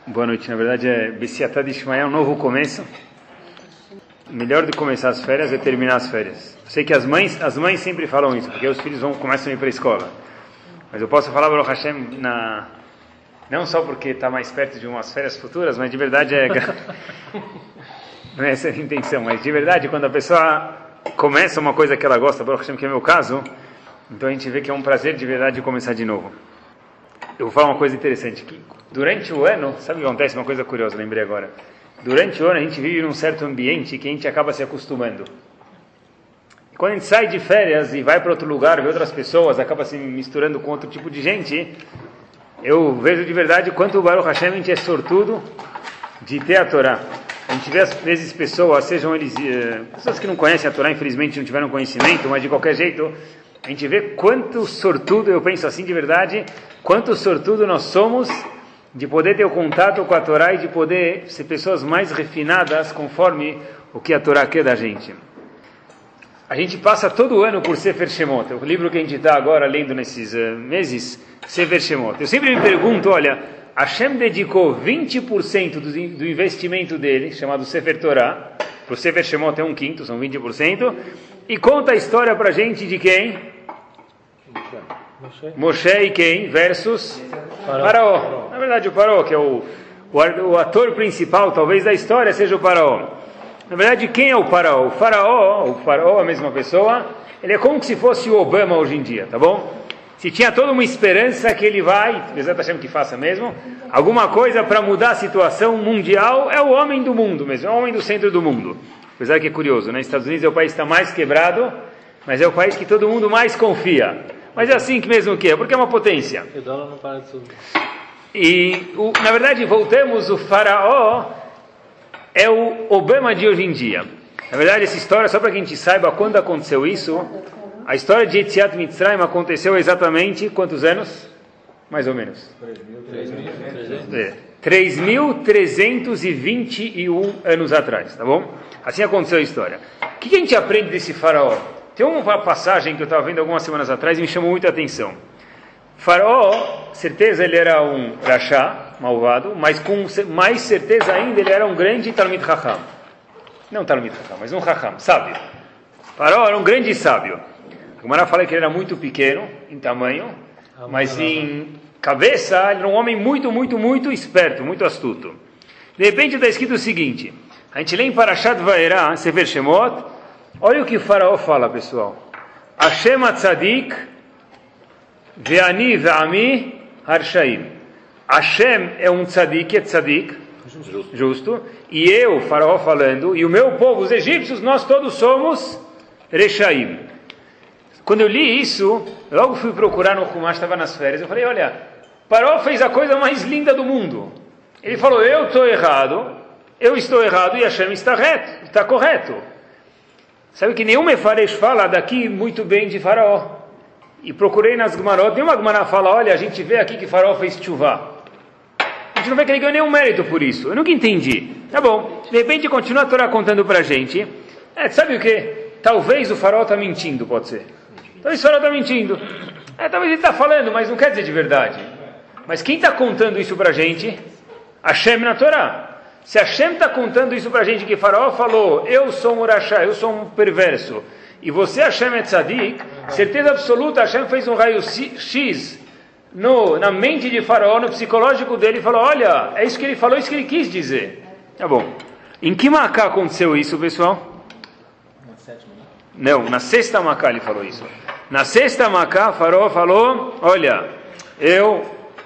Boa noite. Na verdade é Bessiatá de Ishmael, um novo começo. Melhor do que começar as férias é terminar as férias. Eu sei que as mães sempre falam isso, porque os filhos começam a ir para a escola. Mas eu posso falar Baruch Hashem não só porque está mais perto de umas férias futuras, mas de verdade não é essa a intenção, mas de verdade quando a pessoa começa uma coisa que ela gosta, Baruch Hashem, que é o meu caso, então a gente vê que é um prazer de verdade começar de novo. Eu vou falar uma coisa interessante aqui. Durante o ano, sabe o que acontece? Uma coisa curiosa, lembrei agora. Durante o ano a gente vive num certo ambiente que a gente acaba se acostumando. E quando a gente sai de férias e vai para outro lugar, vê outras pessoas, acaba se misturando com outro tipo de gente, eu vejo de verdade quanto o Baruch Hashem a gente é sortudo de ter a Torá. A gente vê às vezes pessoas, sejam eles pessoas que não conhecem a Torá, infelizmente não tiveram conhecimento, mas de qualquer jeito a gente vê quanto sortudo, eu penso assim de verdade, quanto sortudo nós somos de poder ter o contato com a Torá e de poder ser pessoas mais refinadas conforme o que a Torá quer da gente. A gente passa todo o ano por Sefer Shemot, o livro que a gente está agora lendo nesses meses, Sefer Shemot. Eu sempre me pergunto, olha, Hashem dedicou 20% do investimento dele, chamado Sefer Torá, para o Sefer Shemot é 1/5, são 20%, e conta a história para a gente de quem? Moshe e quem? Versus Faraó. Na verdade o Faraó, que é o ator principal talvez da história, seja o Faraó. Na verdade quem é o Faraó? O Faraó, a mesma pessoa, ele é como se fosse o Obama hoje em dia, tá bom? Se tinha toda uma esperança que ele vai, Bezat Hashem que faça mesmo, alguma coisa para mudar a situação mundial, é o homem do mundo mesmo, é o homem do centro do mundo. Apesar que é curioso, né? Estados Unidos é o país que está mais quebrado, mas é o país que todo mundo mais confia. Mas é assim que mesmo que é, porque é uma potência. O dólar não para de subir. E, na verdade, voltemos, o Faraó é o Obama de hoje em dia. Na verdade, essa história, só para que a gente saiba quando aconteceu isso, a história de Yetziat Mitzrayim aconteceu exatamente quantos anos? Mais ou menos. 3.321 anos atrás, tá bom? Assim aconteceu a história. O que a gente aprende desse Faraó? Tem uma passagem que eu estava vendo algumas semanas atrás e me chamou muita atenção. Faraó, certeza ele era um rachá, malvado, mas com mais certeza ainda ele era um grande Talmid Chacham. Não Talmid Chacham, mas um Chacham, sábio. Faraó era um grande sábio. O Gemara fala que ele era muito pequeno em tamanho, mas em cabeça ele era um homem muito, muito, muito esperto, muito astuto. De repente está escrito o seguinte, a gente lê em Parashat Vaera, Sefer Shemot, olha o que o Faraó fala, pessoal. Hashem Atzadik Ve'ani Ve'ami Harshaim. Hashem é um tzadik, justo, e eu, Faraó falando, e o meu povo, os egípcios, nós todos somos Reshaim. Quando eu li isso, logo fui procurar no Chumash, estava nas férias, eu falei, olha, Faraó fez a coisa mais linda do mundo. Ele falou, eu estou errado e Hashem está correto. Sabe que nenhum Mefaresh fala daqui muito bem de Faraó. E procurei nas Gemarot, nenhuma Gemara fala, olha, a gente vê aqui que Faraó fez tchuvá. A gente não vê que ele ganhou nenhum mérito por isso. Eu nunca entendi. Tá bom, de repente continua a Torá contando pra gente. Sabe o que? Talvez o Faraó está mentindo, pode ser. Talvez o Faraó está mentindo. Talvez ele está falando, mas não quer dizer de verdade. Mas quem está contando isso pra gente? Hashem na Torá. Se Hashem está contando isso para a gente, que Faraó falou, eu sou um urachá, eu sou um perverso, e você, Hashem, é tzadik, certeza absoluta, Hashem fez um raio-x na mente de Faraó, no psicológico dele, e falou, olha, é isso que ele falou, isso que ele quis dizer. Tá bom. Em que Macá aconteceu isso, pessoal? Na sétima, né? Não, na sexta Macá ele falou isso. Na sexta Macá, Faraó falou, olha, eu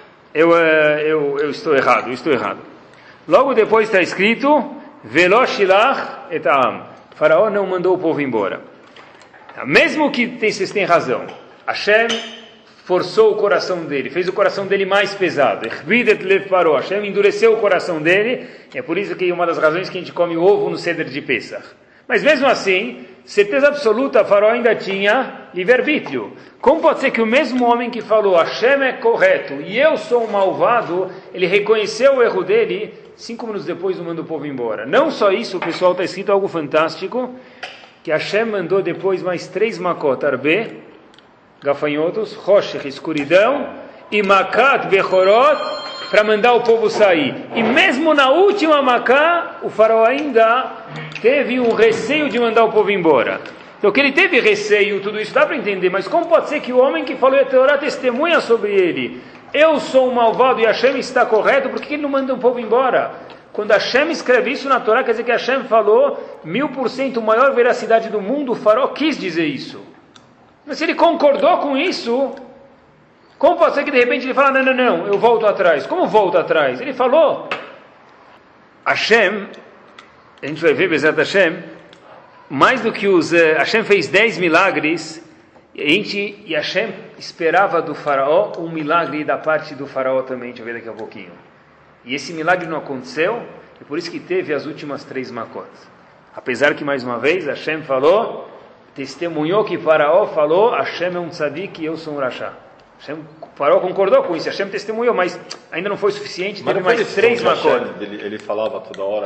estou errado. Logo depois está escrito, Velo shilach et ha'am. Faraó não mandou o povo embora. Mesmo que vocês têm razão, Hashem forçou o coração dele, fez o coração dele mais pesado. Hashem endureceu o coração dele, e é por isso que uma das razões que a gente come ovo no Seder de Pesach. Mas mesmo assim, certeza absoluta, Faraó ainda tinha livre-arbítrio. Como pode ser que o mesmo homem que falou Hashem é correto e eu sou um malvado, ele reconheceu o erro dele, 5 minutos depois não manda o povo embora? Não só isso, pessoal, está escrito algo fantástico, que Hashem mandou depois mais 3 makot, arbe, gafanhotos, roshech, escuridão, e makat bechorot, para mandar o povo sair. E mesmo na última Macá, o faraó ainda teve um receio de mandar o povo embora. Então que ele teve receio, tudo isso dá para entender, mas como pode ser que o homem que falou a Torá testemunha sobre ele? Eu sou um malvado e Hashem está correto, por que ele não manda o povo embora? Quando Hashem escreve isso na Torá, quer dizer que Hashem falou 1000% maior veracidade do mundo, o faraó quis dizer isso. Mas se ele concordou com isso, como pode ser que de repente ele fala, não, eu volto atrás? Como volto atrás? Ele falou, Hashem, a gente vai ver, Bezat Hashem, mais do que Hashem fez 10 milagres, e Hashem esperava do faraó um milagre da parte do faraó também, a gente vai ver daqui a pouquinho. E esse milagre não aconteceu, e por isso que teve as últimas 3 Makot. Apesar que, mais uma vez, Hashem falou, testemunhou que faraó falou, Hashem é um tzadik e eu sou um rachá. O faraó concordou com isso, Hashem testemunhou, mas ainda não foi suficiente, teve mais 3 Makot. Ele falava toda hora,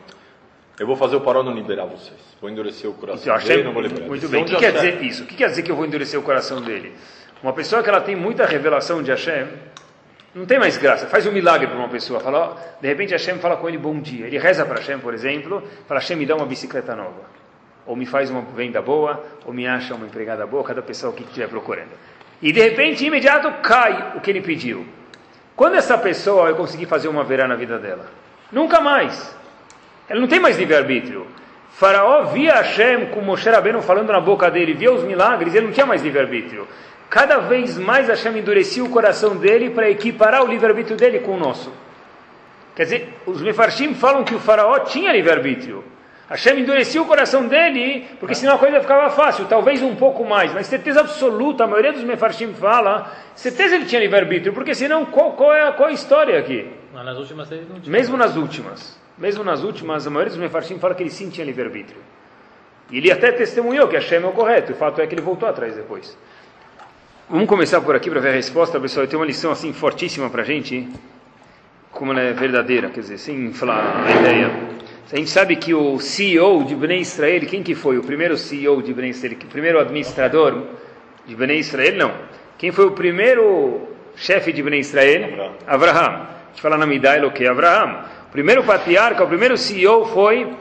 eu vou fazer o faraó não liberar vocês, vou endurecer o coração então, dele, não vou liberar. Muito bem, o que quer dizer isso? O que quer dizer que eu vou endurecer o coração dele? Uma pessoa que ela tem muita revelação de Hashem, não tem mais graça. Faz um milagre para uma pessoa. Fala, de repente Hashem fala com ele bom dia. Ele reza para Hashem, por exemplo, fala, Hashem, me dá uma bicicleta nova. Ou me faz uma venda boa, ou me acha uma empregada boa, cada pessoa que estiver procurando. E de repente, imediato, cai o que ele pediu. Quando essa pessoa vai conseguir fazer uma verá na vida dela? Nunca mais. Ela não tem mais livre-arbítrio. Faraó via Hashem com Moshe Rabbeinu falando na boca dele, via os milagres, ele não tinha mais livre-arbítrio. Cada vez mais Hashem endurecia o coração dele para equiparar o livre-arbítrio dele com o nosso. Quer dizer, os Mefarshim falam que o faraó tinha livre-arbítrio. Hashem endurecia o coração dele, porque senão a coisa ficava fácil, talvez um pouco mais, mas certeza absoluta, a maioria dos Mefarshim fala, certeza ele tinha livre-arbítrio, porque senão qual é a história aqui? Mas nas últimas ele não tinha. Mesmo nas últimas, a maioria dos Mefarshim fala que ele sim tinha livre-arbítrio. E ele até testemunhou que Hashem é o correto, o fato é que ele voltou atrás depois. Vamos começar por aqui para ver a resposta, pessoal. Eu tenho uma lição assim fortíssima para a gente, como ela é verdadeira, quer dizer, sem inflar a ideia. A gente sabe que o CEO de Bnei Israel, quem que foi? O primeiro CEO de Bnei Israel, o primeiro administrador de Bnei Israel, não. Quem foi o primeiro chefe de Bnei Israel? Avraham. A gente fala na Midah Elokei, Avraham. O primeiro patriarca, o primeiro CEO foi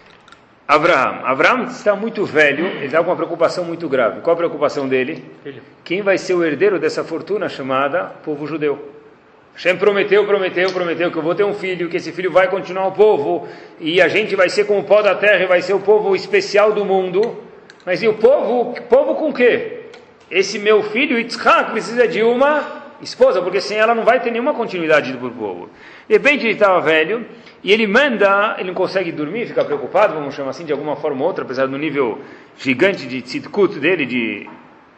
Avraham. Avraham está muito velho, ele está com uma preocupação muito grave. Qual a preocupação dele? Filho. Quem vai ser o herdeiro dessa fortuna chamada povo judeu? Hashem prometeu que eu vou ter um filho, que esse filho vai continuar o povo, e a gente vai ser como o pó da terra, e vai ser o povo especial do mundo. Mas e o povo com o quê? Esse meu filho, Yitzhak, precisa de uma esposa, porque sem ela não vai ter nenhuma continuidade do povo. De repente ele estava velho, e ele não consegue dormir, fica preocupado, vamos chamar assim, de alguma forma ou outra, apesar do nível gigante de tzidkut dele, de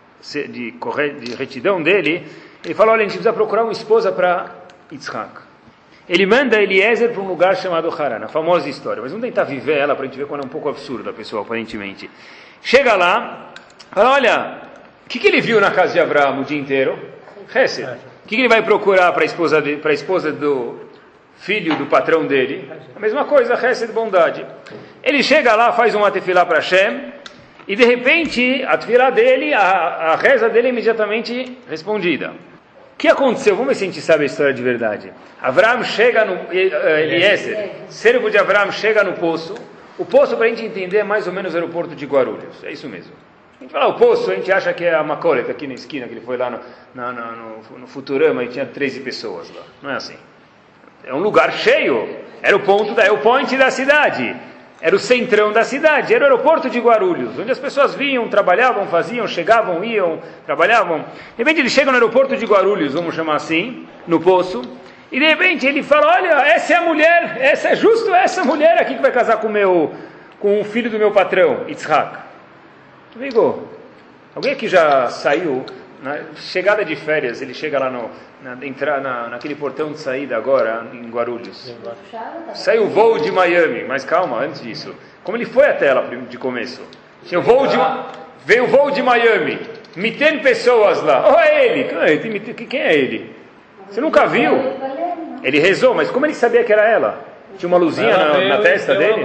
retidão dele. Ele fala, olha, a gente precisa procurar uma esposa para Yitzhak. Ele manda Eliezer para um lugar chamado Haran, a famosa história. Mas vamos tentar viver ela para a gente ver quando é um pouco absurda, pessoal, aparentemente. Chega lá, fala, olha, o que ele viu na casa de Abraão o dia inteiro? Hesed. O que ele vai procurar para a esposa do filho do patrão dele? A mesma coisa, Hesed, bondade. Ele chega lá, faz uma tefilá para Hashem, e de repente, a tefilá dele, a reza dele é imediatamente respondida. O que aconteceu? Vamos ver se a gente sabe a história de verdade. Avraham chega no... Eliezer, servo de Avraham, chega no poço. O poço, para a gente entender, é mais ou menos o aeroporto de Guarulhos. É isso mesmo. A gente fala, o poço, a gente acha que é a Macolet, aqui na esquina, que ele foi lá no Futurama e tinha 13 pessoas lá. Não é assim. É um lugar cheio. Era o point da cidade. Era o centrão da cidade, era o aeroporto de Guarulhos, onde as pessoas vinham, trabalhavam, faziam, chegavam, iam, trabalhavam. De repente ele chega no aeroporto de Guarulhos, vamos chamar assim, no poço, e de repente ele fala, olha, essa é a mulher, justo essa mulher aqui que vai casar com o filho do meu patrão, Yitzhak. Amigo, alguém aqui já saiu, na chegada de férias, ele chega lá naquele portão de saída agora, em Guarulhos. Saiu o voo de Miami, mas calma, antes disso. Como ele foi até lá de começo? Veio o voo de Miami, metendo pessoas lá. Oh, é ele! Quem é ele? Você nunca viu? Ele rezou, mas como ele sabia que era ela? Tinha uma luzinha na testa dele?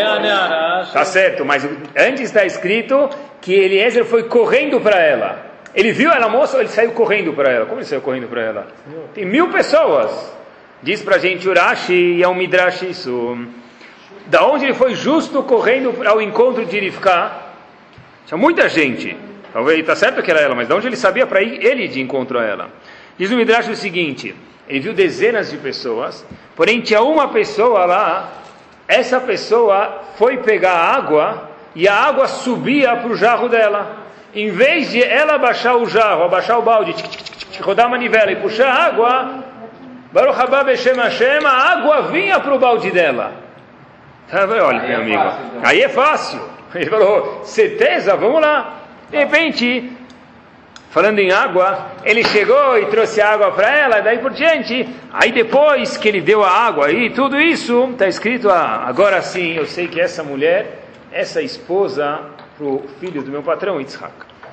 Tá certo, mas antes está escrito que Eliezer foi correndo para ela. Ele viu ela moça, ele saiu correndo para ela. Como ele saiu correndo para ela? Tem 1000 pessoas. Diz para a gente Urashi e é um midrash isso. Da onde ele foi justo correndo ao encontro de Rivka? Tinha muita gente. Talvez está certo que era ela, mas de onde ele sabia para ir ele de encontro a ela? Diz o midrash o seguinte: ele viu dezenas de pessoas, porém tinha uma pessoa lá. Essa pessoa foi pegar água e a água subia para o jarro dela. Em vez de ela abaixar o jarro, abaixar o balde, rodar a manivela e puxar a água, Baruch haba b'shem Hashem, a água vinha para o balde dela. Olha, meu amigo, aí é fácil. Ele falou, certeza, vamos lá. De repente, falando em água, ele chegou e trouxe água para ela, daí por diante. Aí depois que ele deu a água e tudo isso, está escrito, agora sim, eu sei que essa mulher, essa esposa para o filho do meu patrão, Yitzhak.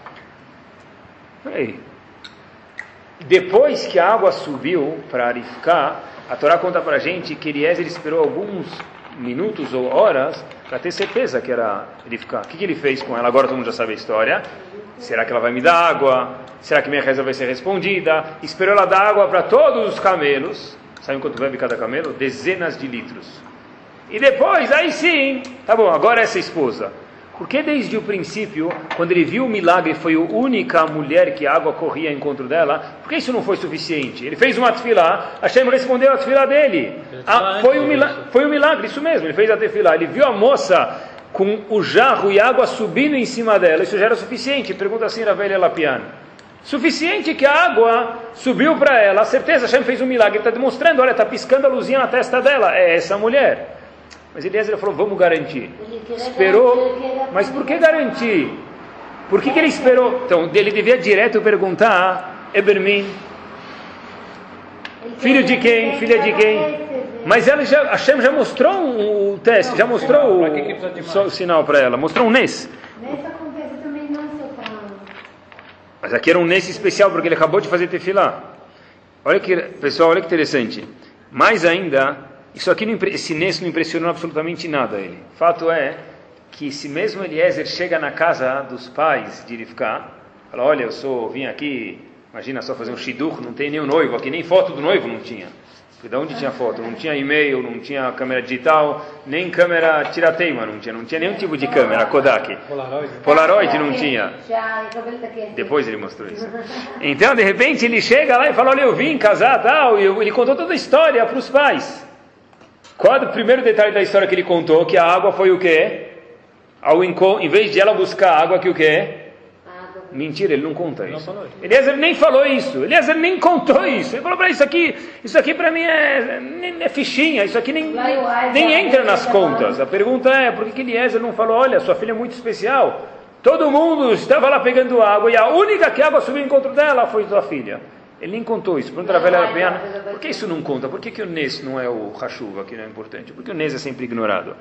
Aí. Depois que a água subiu para Rivka, a Torá conta para a gente que Eliezer esperou alguns minutos ou horas para ter certeza que era Rivka. O que ele fez com ela? Agora todo mundo já sabe a história. Será que ela vai me dar água? Será que minha reza vai ser respondida? Esperou ela dar água para todos os camelos. Sabe quanto bebe cada camelo? Dezenas de litros. E depois, aí sim, tá bom, agora essa esposa. Porque desde o princípio, quando ele viu o milagre, foi a única mulher que a água corria ao encontro dela, por que isso não foi suficiente? Ele fez uma tefilá, Hashem respondeu a tefilá dele. Foi um milagre, isso mesmo, ele fez a tefilá. Ele viu a moça com o jarro e a água subindo em cima dela, isso já era suficiente. Pergunta assim, Ravel Lapian. Suficiente que a água subiu para ela, a certeza, Hashem fez um milagre, ele está demonstrando, olha, está piscando a luzinha na testa dela, é essa mulher. Mas Eliezer falou, vamos garantir. Esperou, mas por que garantir? Por que ele esperou? Então, ele devia direto perguntar, Ebermin, filho de quem? Filha de quem? Mas Hashem já mostrou o teste, já mostrou o sinal para ela, mostrou um Nes. Mas aqui era um Nes especial, porque ele acabou de fazer tefilá. Olha que, pessoal, olha que interessante. Mais ainda, esse Nes não impressionou absolutamente nada a ele. Fato é que se mesmo Eliezer chega na casa dos pais de Rivka, fala, olha, vim aqui, imagina só fazer um shidduch, não tem nenhum noivo aqui, nem foto do noivo não tinha. Porque de onde tinha foto? Não tinha e-mail, não tinha câmera digital, nem câmera tirateima, não tinha nenhum tipo de câmera, Kodak. Polaroid não tinha. Depois ele mostrou isso. Então, de repente, ele chega lá e fala, olha, eu vim casar, tal, e ele contou toda a história para os pais. Qual é o primeiro detalhe da história que ele contou? Que a água foi o quê? Em vez de ela buscar água, que o quê? Mentira, ele não conta isso. Eliezer nem falou isso. Eliezer nem contou isso. Ele falou para isso aqui para mim é fichinha. Isso aqui nem entra nas contas. A pergunta é, por que Eliezer não falou, olha, sua filha é muito especial. Todo mundo estava lá pegando água e a única que a água subiu em encontro dela foi sua filha. Ele nem contou isso. Pergunta a velha Piana, por que isso não conta? Por que o Nes não é o Hashuva, que não é importante? Por que o Nes é sempre ignorado?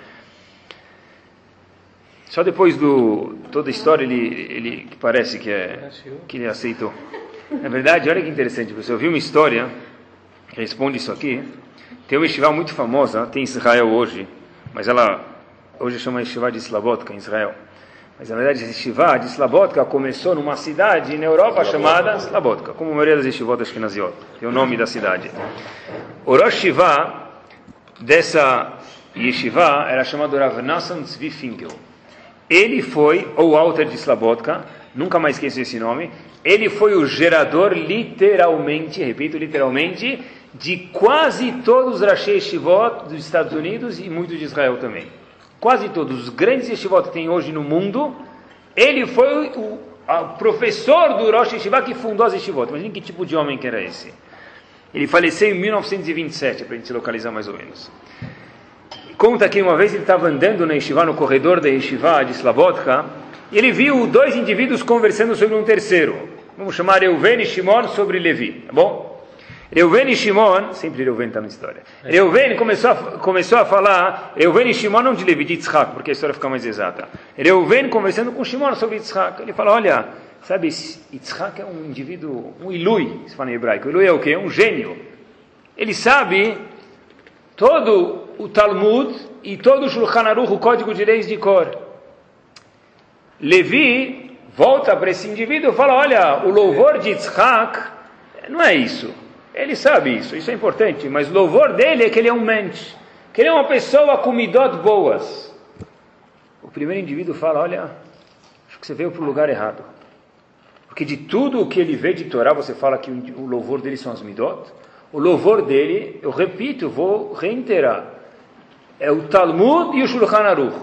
Só depois toda a história ele parece que ele aceitou. Na verdade, olha que interessante, você ouviu uma história que responde isso aqui. Tem uma yeshiva muito famosa, tem em Israel hoje, mas ela hoje chama yeshiva de Slabotka em Israel. Mas na verdade a yeshiva de Slabotka começou numa cidade na Europa chamada Slabotka, como a maioria das yeshivot ashkenaziot, tem o nome da cidade. O Rosh Yeshiva dessa yeshiva era chamado Rav Nassan Tzvi Finkel. Ele foi, ou Alter de Slabotka, nunca mais esqueço esse nome, ele foi o gerador literalmente, repito, literalmente, de quase todos os Rashi Yeshivot dos Estados Unidos e muitos de Israel também. Quase todos os grandes Yeshivot que tem hoje no mundo, ele foi o professor do Rosh Yeshiva que fundou as Yeshivot. Imagina que tipo de homem que era esse. Ele faleceu em 1927, para a gente se localizar mais ou menos. Conta que uma vez ele estava andando na Yeshiva, no corredor da Yeshiva de Slabotka, e ele viu dois indivíduos conversando sobre um terceiro. Vamos chamar Reuven e Shimon sobre Levi, tá bom? Reuven e Shimon, sempre Reuven está na história. Reuven começou a falar, Reuven e Shimon não de Levi, de Yitzhak, porque a história fica mais exata. Reuven conversando com Shimon sobre Yitzhak. Ele fala, olha, sabe, Yitzhak é um indivíduo, um ilui, se fala em hebraico. Ilui é o quê? Um gênio. Ele sabe todo o Talmud e todo o Shulchan Aruch, o código de leis de cor. Levi volta para esse indivíduo e fala, olha, o louvor de Yitzhak não é isso. Ele sabe isso é importante, mas o louvor dele é que ele é um mensch, que ele é uma pessoa com midot boas. O primeiro indivíduo fala, olha, acho que você veio para o lugar errado. Porque de tudo o que ele vê de Torá, você fala que o louvor dele são as midot. O louvor dele, eu repito, vou reiterar, é o Talmud e o Shulchan Aruch.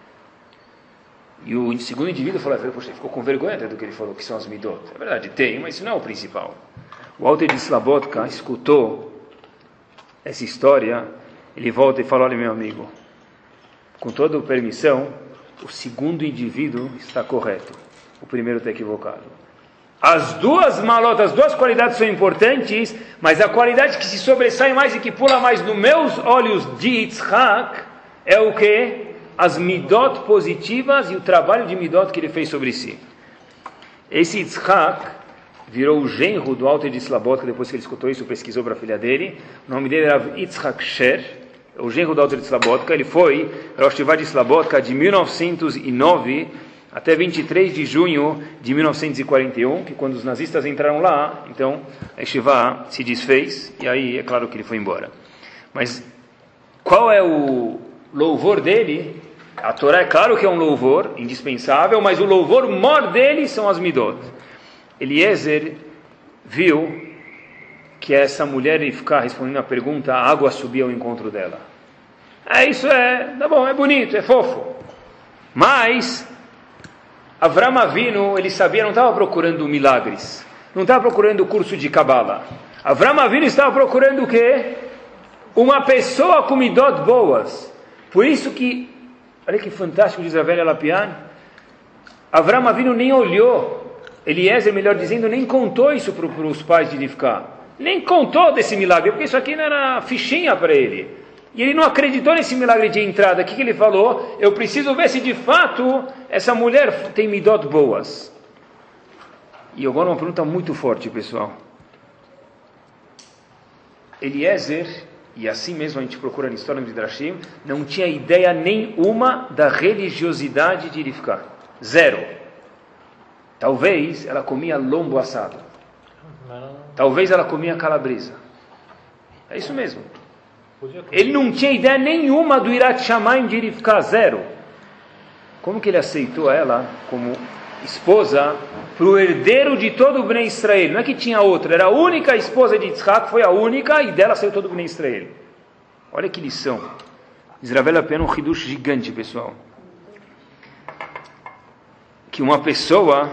E o segundo indivíduo falou, poxa, ele ficou com vergonha do que ele falou, que são as midot. É verdade, tem, mas isso não é o principal. O Alter de Slabotka escutou essa história, ele volta e fala, olha meu amigo, com toda a permissão, o segundo indivíduo está correto, o primeiro está equivocado. As duas malotas, as duas qualidades são importantes, mas a qualidade que se sobressai mais e que pula mais nos meus olhos de Yitzhak é o que? As midot positivas e o trabalho de midot que ele fez sobre si. Esse Yitzhak virou o genro do Alter de Slabotka, depois que ele escutou isso, pesquisou para a filha dele. O nome dele era Yitzhak Sher, o genro do Alter de Slabotka. Ele foi Rosh Yeshiva de Slabotka de 1909 até 23 de junho de 1941, que quando os nazistas entraram lá, então a Yeshiva se desfez, e aí é claro que ele foi embora. Mas qual é o louvor dele? A Torá é claro que é um louvor indispensável, mas o louvor maior dele são as midot. Eliezer viu que essa mulher ia ficar respondendo a pergunta, a água subia ao encontro dela. Isso tá bom, é bonito, é fofo. Mas Avram Avinu, ele sabia, não estava procurando milagres, não estava procurando curso de Kabbalah. Avram Avinu estava procurando o quê? Uma pessoa com midot boas. Por isso que, olha que fantástico, diz a velha Lapian, Avram Avinu nem olhou, Eliezer, melhor dizendo, nem contou isso para os pais de Rivka. Nem contou desse milagre, porque isso aqui não era fichinha para ele. E ele não acreditou nesse milagre de entrada. O que ele falou? Eu preciso ver se de fato essa mulher tem midot boas. E agora uma pergunta muito forte, pessoal. Eliezer, e assim mesmo a gente procura na história de Midrashim, não tinha ideia nenhuma da religiosidade de Rivka. Zero. Talvez ela comia lombo assado. Talvez ela comia calabresa. É isso mesmo. Ele não tinha ideia nenhuma do Irat Shamayim de Rivka, zero. Como que ele aceitou ela como esposa para o herdeiro de todo o Bnei Israel? Não é que tinha outra, era a única esposa de Yitzhak, foi a única, e dela saiu todo o Bnei Israel. Olha que lição. Israel é apenas um hidush gigante, pessoal. Que uma pessoa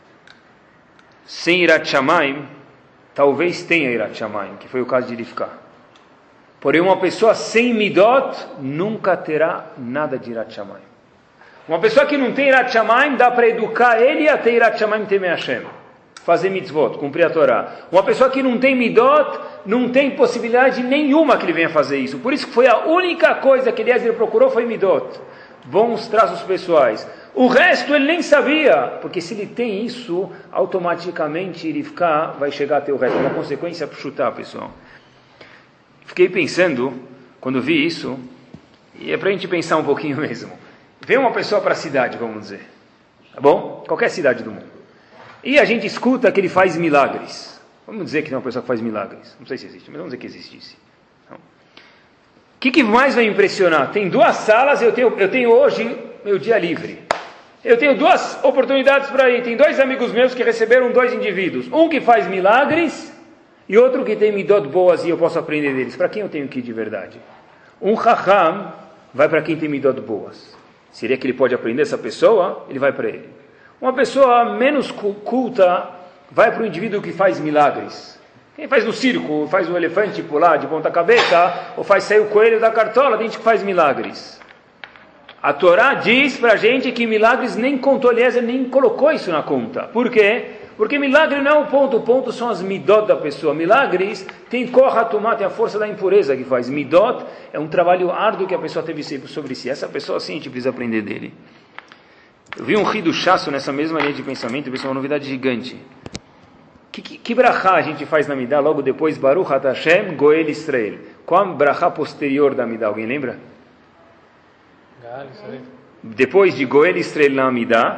sem Irat Shamayim, talvez tenha Irat Shamayim, que foi o caso de Rivka. Porém, uma pessoa sem midot nunca terá nada de Irat Shamayim. Uma pessoa que não tem Irat Shamayim, dá para educar ele a ter Irat Shamayim Temei Hashem. Fazer mitzvot, cumprir a Torá. Uma pessoa que não tem midot, não tem possibilidade nenhuma que ele venha fazer isso. Por isso que foi a única coisa que Eliezer procurou foi midot. Bons traços pessoais. O resto ele nem sabia, porque se ele tem isso, automaticamente Rivka vai chegar a ter o resto. É uma consequência para chutar, pessoal. Fiquei pensando, quando vi isso, e é para a gente pensar um pouquinho mesmo. Vem uma pessoa para a cidade, vamos dizer, tá bom? Qualquer cidade do mundo. E a gente escuta que ele faz milagres. Vamos dizer que tem uma pessoa que faz milagres. Não sei se existe, mas vamos dizer que existisse. O que mais vai impressionar? Tem duas salas, eu tenho hoje meu dia livre. Eu tenho duas oportunidades para ir. Tem dois amigos meus que receberam dois indivíduos. Um que faz milagres e outro que tem midot boas e eu posso aprender deles. Para quem eu tenho que ir de verdade? Um chacham vai para quem tem midot boas. Seria que ele pode aprender essa pessoa? Ele vai para ele. Uma pessoa menos culta vai para o indivíduo que faz milagres. Quem faz no circo, faz o elefante pular de ponta cabeça, ou faz sair o coelho da cartola, tem gente que faz milagres. A Torá diz para a gente que milagres nem contou, Eliezer nem colocou isso na conta. Por quê? Porque milagre não é o ponto são as midot da pessoa. Milagres tem korhatumá, tem a força da impureza que faz. Midot é um trabalho árduo que a pessoa teve sobre si. Essa pessoa sim a gente precisa aprender dele. Eu vi um hiduchaço nessa mesma linha de pensamento, pessoal, uma novidade gigante. Que brachá a gente faz na Midá logo depois? Baruch Ata Hashem Goel Israel. Qual a brachá posterior da Midá? Alguém lembra? Depois de Goel Israel na Midá,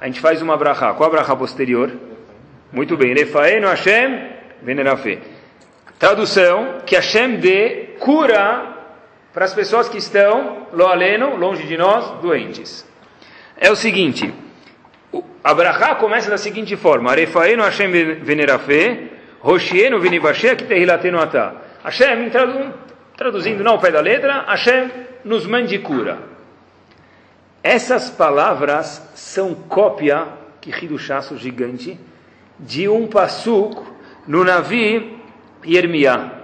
a gente faz uma brachá. Qual a brachá posterior? Muito bem. Refaenu Hashem venerafé. Tradução, que Hashem dê cura para as pessoas que estão, lo aleno, longe de nós, doentes. É o seguinte, a brachá começa da seguinte forma, Refaenu Hashem venerafé, Roshienu venivashé, que terhilatenu atá. Hashem, traduzindo não ao pé da letra, Hashem nos mande cura. Essas palavras são cópia, que hiduchaço gigante, de um pasuk no Navi Yermiá.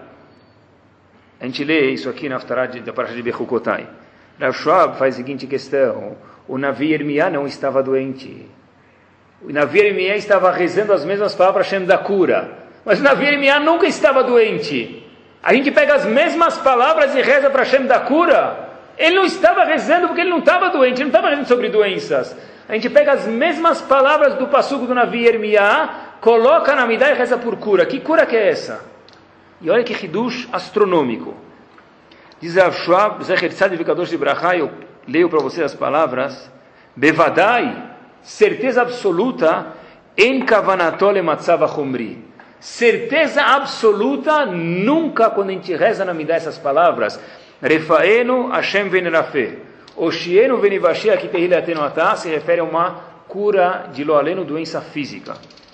A gente lê isso aqui na Haftarah da Parashá de Bechukotai. Rav Schwab faz a seguinte questão: o Navi Yermiá não estava doente. O Navi Yermiá estava rezando as mesmas palavras para Hashem da cura. Mas o Navi Yermiá nunca estava doente. A gente pega as mesmas palavras e reza para Hashem da cura. Ele não estava rezando porque ele não estava doente, ele não estava rezando sobre doenças. A gente pega as mesmas palavras do passuco do Navi Yermiá, coloca na Midá e reza por cura. Que cura que é essa? E olha que hidush astronômico. Diz Rav Schwab, Zecher Tzaddik Kadosh de Brachá, eu leio para vocês as palavras, Bevadai, certeza absoluta, en kavanatol ematzav achomri. Certeza absoluta, nunca quando a gente reza na Midá essas palavras, Refaenu Hashem venerafé, Oshienu venivashé, aqui terhilatenu atá, se refere a uma cura de lo aleno, doença física.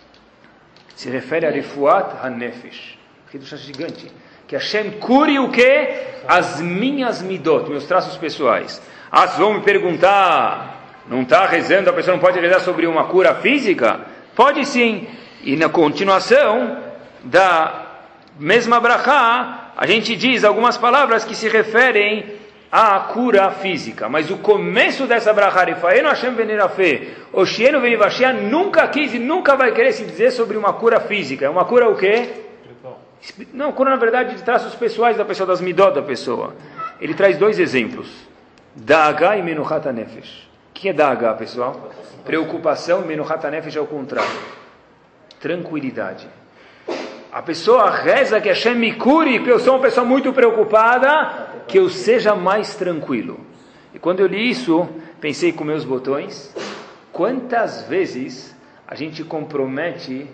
Se refere a refuat hanefesh. Gigante, que Hashem cure o que? As minhas midot, meus traços pessoais. Ah, vocês vão me perguntar, não está rezando, a pessoa não pode rezar sobre uma cura física? Pode sim. E na continuação da mesma brachá, a gente diz algumas palavras que se referem à cura física. Mas o começo dessa brachá, Refaenu Hashem venerafé, Oshienu venivashé, nunca quis e nunca vai querer se dizer sobre uma cura física. É uma cura o quê? Não, cura na verdade de traços pessoais da pessoa, das midot da pessoa. Ele traz dois exemplos. Da'agá e menuchat hanefesh. O que é da'agá, pessoal? Preocupação, e menuchat hanefesh é o contrário. Tranquilidade. A pessoa reza que Hashem me cure, que eu sou uma pessoa muito preocupada, que eu seja mais tranquilo. E quando eu li isso, pensei com meus botões, quantas vezes a gente compromete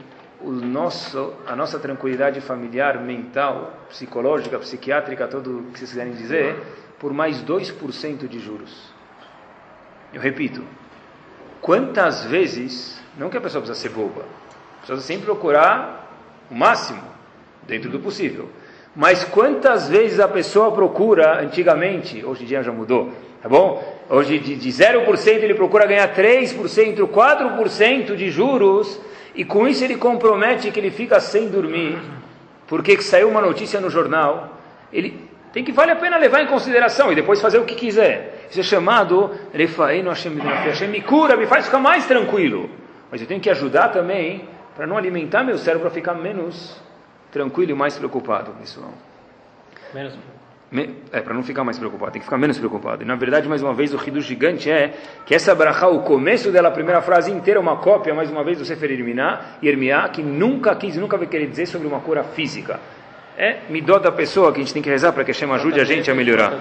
a nossa tranquilidade familiar, mental, psicológica, psiquiátrica, tudo o que vocês quiserem dizer, por mais 2% de juros. Eu repito, quantas vezes, não que a pessoa precisa ser boba, a pessoa precisa sempre procurar o máximo, dentro do possível, mas quantas vezes a pessoa procura, antigamente, hoje em dia já mudou, tá bom? Hoje de 0% ele procura ganhar 3%, 4% de juros, e com isso ele compromete que ele fica sem dormir, porque saiu uma notícia no jornal, ele tem que vale a pena levar em consideração e depois fazer o que quiser. Isso é chamado Refaenu Hashem venerafé. Hashem me cura, me faz ficar mais tranquilo. Mas eu tenho que ajudar também para não alimentar meu cérebro para ficar menos tranquilo e mais preocupado, pessoal. Menos para não ficar mais preocupado, tem que ficar menos preocupado. E na verdade, mais uma vez, o hidush gigante é que essa brachá, o começo dela, a primeira frase inteira, é uma cópia, mais uma vez, do Sefer Yermiá, que nunca vai querer dizer sobre uma cura física. É midot da pessoa que a gente tem que rezar para que Hashem ajude a gente a melhorar.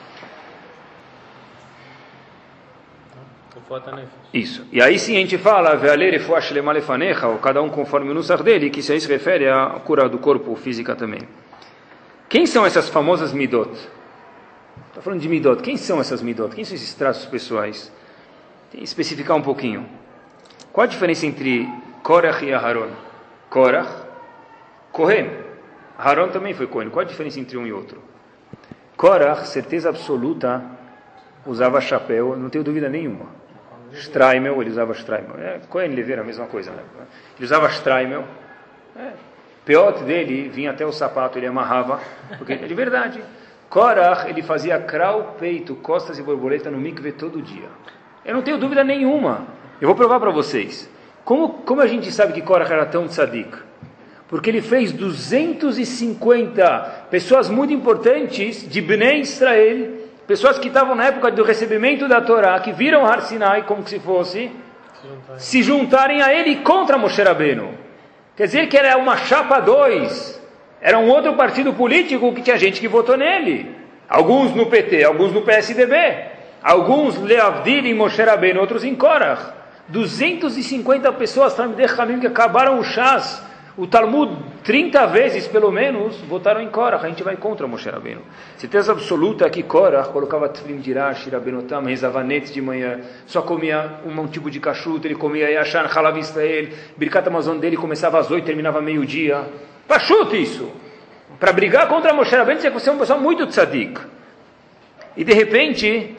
Isso. E aí sim a gente fala, ou cada um conforme o nusach dele, que isso aí se refere à cura do corpo física também. Quem são essas famosas midot? Estou falando de midot. Quem são essas midot? Quem são esses traços pessoais? Tem que especificar um pouquinho. Qual a diferença entre Korach e Aharon? Korach, Kohen. Aharon também foi Kohen. Qual a diferença entre um e outro? Korach, certeza absoluta, usava chapéu, não tenho dúvida nenhuma. Streimel, ele usava Streimel. Kohen e Levi era a mesma coisa, né? Ele usava Streimel. Peote dele vinha até o sapato, ele amarrava, porque é de verdade. Korach, ele fazia krau, peito, costas e borboleta no mikve todo dia. Eu não tenho dúvida nenhuma. Eu vou provar para vocês. Como a gente sabe que Korach era tão tzadik? Porque ele fez 250 pessoas muito importantes de Bnei Israel, pessoas que estavam na época do recebimento da Torá, que viram Har Sinai como se fosse, se juntarem a ele contra Moshe Rabbeinu. Quer dizer que era uma chapa 2, era um outro partido político que tinha gente que votou nele. Alguns no PT, alguns no PSDB, alguns Leavdil em Moshe Rabbeinu, outros em Korach. 250 pessoas, Talmidei Chamim, que acabaram o Shas, o Talmud, 30 vezes pelo menos, votaram em Korach. A gente vai contra Moshe Rabbeinu. Certeza absoluta que Korach colocava Tefilin de Rashi, Rabbenotam, rezava netes de manhã, só comia um tipo de kashrut, ele comia Yashan, Halav Israel, Birkat Hamazon dele começava às 8 e terminava meio-dia. Pachut isso! Para brigar contra Moshe Rabbeinu, tinha que ser uma pessoa muito tzadik. E de repente,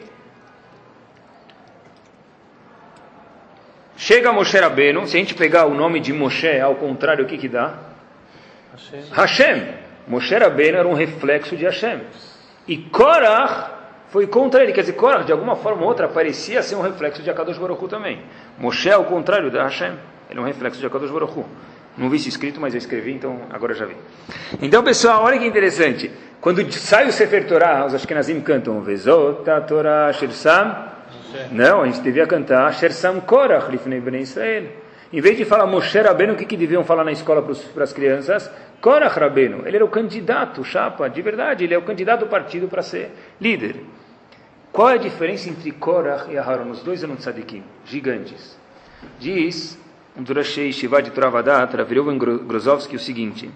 chega Moshe Rabbeinu, se a gente pegar o nome de Moshe, ao contrário, o que dá? Hashem. Moshe Rabbeinu era um reflexo de Hashem. E Korach foi contra ele. Quer dizer, Korach, de alguma forma ou outra, parecia ser um reflexo de Akadosh Baruch Hu também. Moshe, ao contrário da Hashem, ele é um reflexo de Akadosh Baruch Hu. Não vi isso escrito, mas eu escrevi, então agora já vi. Então, pessoal, olha que interessante. Quando sai o Sefer Torah, os Ashkenazim cantam Vezot Torah Shersam. Não, a gente devia cantar Shersam Korach Lifnei Bnei Israel. Em vez de falar Moshe Rabbeinu, o que deviam falar na escola para as crianças? Korach Rabbeinu. Ele era o candidato, chapa, de verdade, ele é o candidato do partido para ser líder. Qual é a diferença entre Korach e Aharon? Os dois eram tzadikim, gigantes. Diz um Durashei Shiva de Travadat, Ravirov Grozovsky, o seguinte: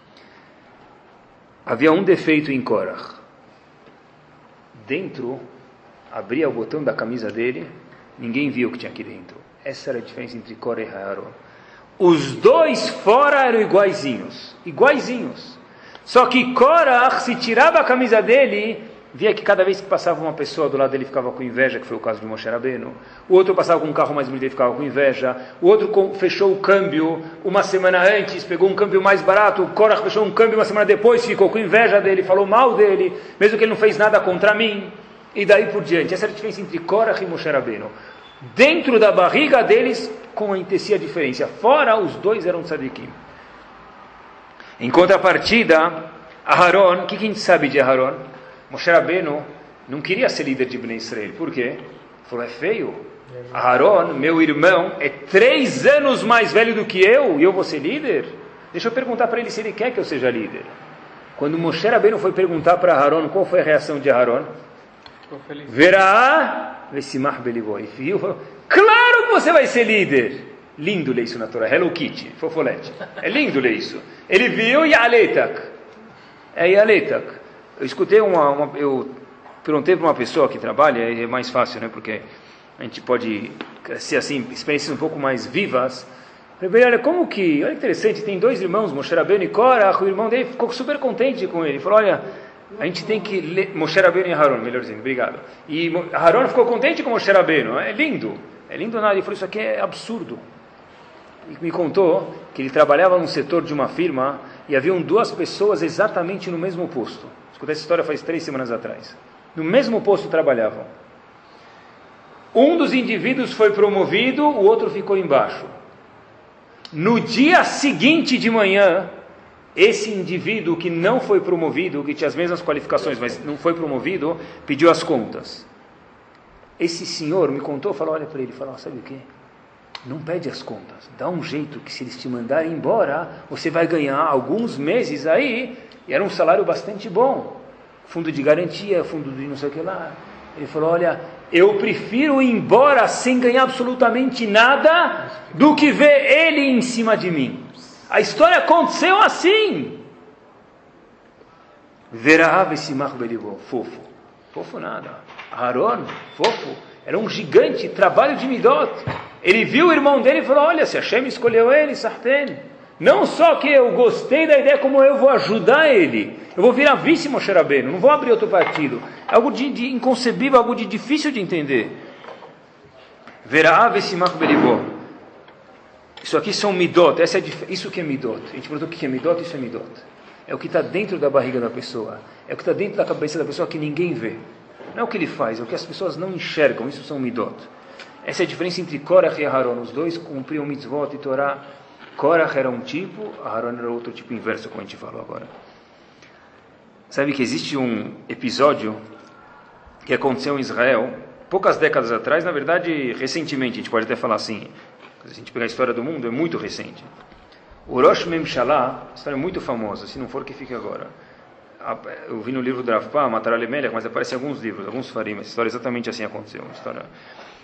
havia um defeito em Korach. Dentro, abria o botão da camisa dele, ninguém via o que tinha aqui dentro. Essa era a diferença entre Korach e Aharon. Os dois fora eram iguaizinhos. Só que Korach, se tirava a camisa dele, via que cada vez que passava uma pessoa do lado dele ficava com inveja, que foi o caso de Moshe Rabbeinu. O outro passava com um carro mais bonito e ficava com inveja. O outro fechou o câmbio uma semana antes, pegou um câmbio mais barato. O Korach fechou um câmbio uma semana depois, ficou com inveja dele, falou mal dele, mesmo que ele não fez nada contra mim. E daí por diante. Essa é a diferença entre Korach e Moshe Rabbeinu. Dentro da barriga deles, acontecia a diferença. Fora, os dois eram tzadikim. Em contrapartida, Aharon, o que a gente sabe de Aharon? Moshe Rabbeinu não queria ser líder de Bnei Israel. Por quê? Ele falou, é feio. Aharon, meu irmão, é 3 anos mais velho do que eu, e eu vou ser líder? Deixa eu perguntar para ele se ele quer que eu seja líder. Quando Moshe Rabbeinu foi perguntar para Aharon, qual foi a reação de Aharon? Verá, vesimach belivó. E viu, falou, claro que você vai ser líder. Lindo ler isso na Torá, Hello Kitty, fofolete. É lindo ler isso. Ele viu Yaletak. É Yaletak. Eu escutei eu perguntei para uma pessoa que trabalha, é mais fácil, né? Porque a gente pode ser assim, experiências um pouco mais vivas. Eu falei, olha, como que, olha que interessante, tem 2 irmãos, Moshe Rabbeinu e Korach, o irmão dele ficou super contente com ele. Ele falou, olha, a gente tem que ler Moshe Rabbeinu e Aharon, melhorzinho, obrigado. E Aharon ficou contente com Moshe Rabbeinu, é lindo nada. Ele falou, isso aqui é absurdo. E me contou que ele trabalhava num setor de uma firma e haviam 2 pessoas exatamente no mesmo posto. Escutei essa história faz 3 semanas atrás. No mesmo posto trabalhavam. Um dos indivíduos foi promovido, o outro ficou embaixo. No dia seguinte de manhã, esse indivíduo que não foi promovido, que tinha as mesmas qualificações, mas não foi promovido, pediu as contas. Esse senhor me contou, falou, olha para ele, falou, sabe o quê? Não pede as contas, dá um jeito que se eles te mandarem embora, você vai ganhar alguns meses aí, e era um salário bastante bom, fundo de garantia, fundo de não sei o que lá. Ele falou, olha, eu prefiro ir embora sem ganhar absolutamente nada, do que ver ele em cima de mim. A história aconteceu assim. Verá esse Marbelivô, fofo nada. Aharon, fofo, era um gigante, trabalho de Midot. Ele viu o irmão dele e falou, olha, se Hashem escolheu ele, Sarten, não só que eu gostei da ideia, como eu vou ajudar ele. Eu vou virar vice Moshe Rabbeinu, não vou abrir outro partido. É algo de inconcebível, algo de difícil de entender. Verá esse Marbelivô. Isso aqui são Midot, isso que é Midot. A gente perguntou o que é Midot, isso é Midot. É o que está dentro da barriga da pessoa. É o que está dentro da cabeça da pessoa que ninguém vê. Não é o que ele faz, é o que as pessoas não enxergam. Isso são Midot. Essa é a diferença entre Korach e Aharon. Os dois cumpriam mitzvot e Torá. Korach era um tipo, Aharon era outro tipo inverso, como a gente falou agora. Sabe que existe um episódio que aconteceu em Israel, poucas décadas atrás, na verdade, recentemente, a gente pode até falar assim, se a gente pegar a história do mundo, é muito recente. O Rosh Memshalah, história muito famosa, se não for que fique agora. Eu vi no livro do Rav Pam, Matar Alemelech, mas aparece em alguns livros, alguns farim, mas a história exatamente assim aconteceu.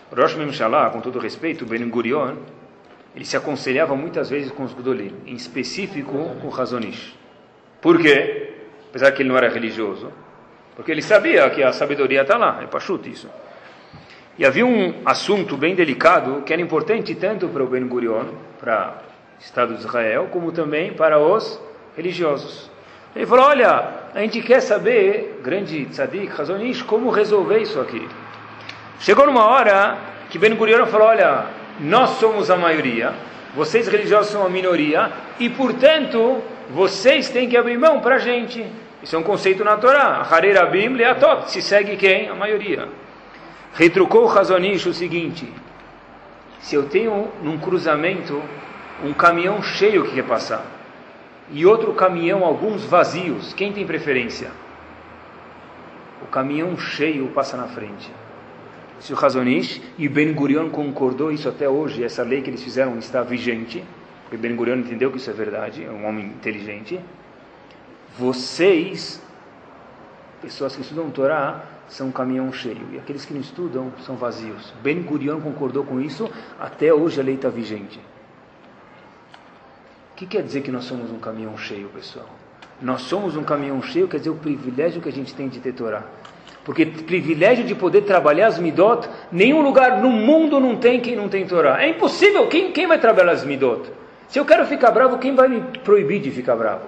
O Rosh Memshalá, com todo respeito, Ben Gurion, ele se aconselhava muitas vezes com os Gdolim, em específico com o Chazon Ish. Por quê? Apesar que ele não era religioso. Porque ele sabia que a sabedoria está lá, é pachuto isso. E havia um assunto bem delicado, que era importante tanto para o Ben Gurion, para o Estado de Israel, como também para os religiosos. Ele falou, olha, a gente quer saber, grande tzadik, Chazon Ish, como resolver isso aqui. Chegou numa hora que Ben Gurion falou, olha, nós somos a maioria, vocês religiosos são a minoria, e portanto, vocês têm que abrir mão para a gente. Isso é um conceito na Torá. Harei Rabim Leatot, se segue quem? A maioria. Retrucou o Chazon Ish o seguinte, se eu tenho num cruzamento um caminhão cheio que quer passar, e outro caminhão, alguns vazios, quem tem preferência? O caminhão cheio passa na frente. Se o Chazon Ish e Ben Gurion concordou isso até hoje, essa lei que eles fizeram está vigente, porque Ben Gurion entendeu que isso é verdade, é um homem inteligente. Vocês, pessoas que estudam Torá, são um caminhão cheio, e aqueles que não estudam são vazios. Ben Gurion concordou com isso, até hoje a lei está vigente. O que quer dizer que nós somos um caminhão cheio, pessoal? Nós somos um caminhão cheio, quer dizer o privilégio que a gente tem de ter Torá. Porque privilégio de poder trabalhar as midot, nenhum lugar no mundo não tem quem não tem Torá. É impossível, quem vai trabalhar as midot? Se eu quero ficar bravo, quem vai me proibir de ficar bravo?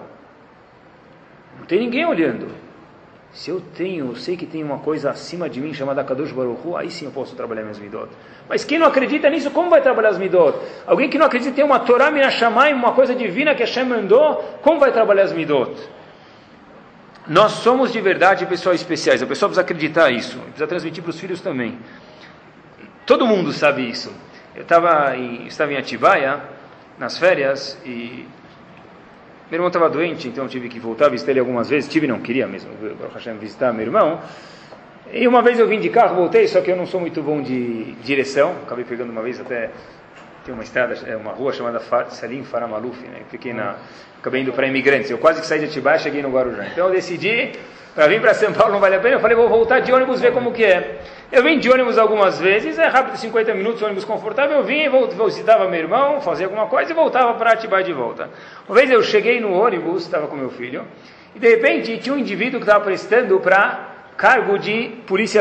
Não tem ninguém olhando. Se eu sei que tem uma coisa acima de mim chamada Kadosh Baruch Hu, aí sim eu posso trabalhar minhas midot. Mas quem não acredita nisso, como vai trabalhar as midot? Alguém que não acredita tem uma Torá Minashamayim, uma coisa divina que Hashem mandou, como vai trabalhar as midot? Nós somos de verdade pessoas especiais, a pessoa precisa acreditar nisso, precisa transmitir para os filhos também. Todo mundo sabe isso. Eu estava em Atibaia, nas férias, e meu irmão estava doente, então eu tive que voltar a visitar ele algumas vezes. Não queria mesmo, Baruch Hashem, visitar meu irmão. E uma vez eu vim de carro, voltei, só que eu não sou muito bom de direção, acabei pegando uma vez até... Tem uma estrada, uma rua chamada Salim Faramaluf, né? Acabei indo para imigrantes. Eu quase que saí de Atibaia e cheguei no Guarujá. Então eu decidi, para vir para São Paulo não vale a pena, eu falei, vou voltar de ônibus, ver como que é. Eu vim de ônibus algumas vezes, é rápido, 50 minutos, ônibus confortável, eu vim, visitava meu irmão, fazia alguma coisa e voltava para Atibaia de volta. Uma vez eu cheguei no ônibus, estava com meu filho, e de repente tinha um indivíduo que estava prestando para cargo de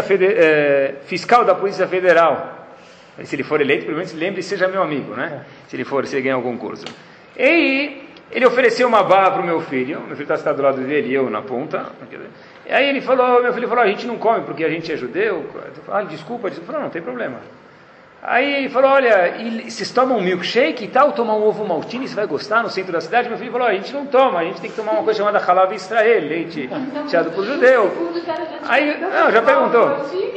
fiscal da Polícia Federal. Se ele for eleito, pelo menos lembre e seja meu amigo, né? Se ele ganhar algum concurso. E ele ofereceu uma bala para o meu filho está sentado do lado dele e eu na ponta. E aí meu filho falou, a gente não come porque a gente é judeu. Eu falei, desculpa. Ele falou, não tem problema. Aí ele falou, olha, vocês tomam um milkshake e tal, tomar um ovo maltine, você vai gostar no centro da cidade? Meu filho falou, a gente não toma, a gente tem que tomar uma coisa chamada Halav Israel, leite tirado por judeu. Aí, não, já perguntou.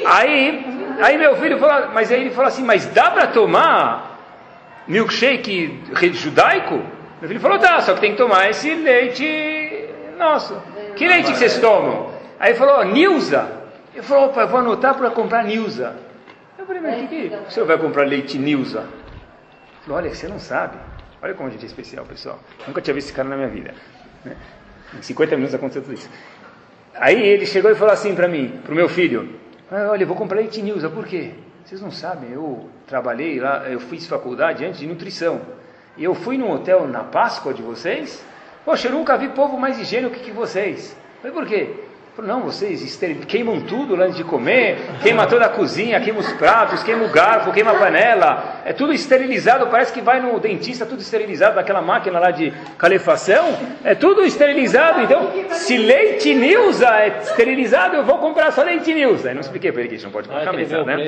Aí meu filho falou, mas aí ele falou assim, mas dá para tomar milkshake judaico? Meu filho falou, dá, só que tem que tomar esse leite nosso. Que leite que vocês tomam? Aí ele falou, Nilza. Ele falou, opa, eu vou anotar para comprar Nilza. Eu falei, mas que o senhor vai comprar leite Nilza? Ele falou, olha, você não sabe. Olha como a gente é especial, pessoal. Nunca tinha visto esse cara na minha vida. Né? Em 50 minutos aconteceu tudo isso. Aí ele chegou e falou assim para mim, para o meu filho, olha, eu vou comprar leite Nilza, por quê? Vocês não sabem, eu trabalhei lá, eu fiz faculdade antes de nutrição. E eu fui num hotel na Páscoa de vocês. Poxa, eu nunca vi povo mais higiênico que vocês. Eu falei, por quê? Falei, não, vocês queimam tudo antes de comer, queima toda a cozinha, queima os pratos, queima o garfo, queima a panela, é tudo esterilizado, parece que vai no dentista, tudo esterilizado, daquela máquina lá de calefação, é tudo esterilizado, então, se leite Nilza é esterilizado, eu vou comprar só leite Nilza. Eu não expliquei para ele que a gente não pode colocar mesa, né?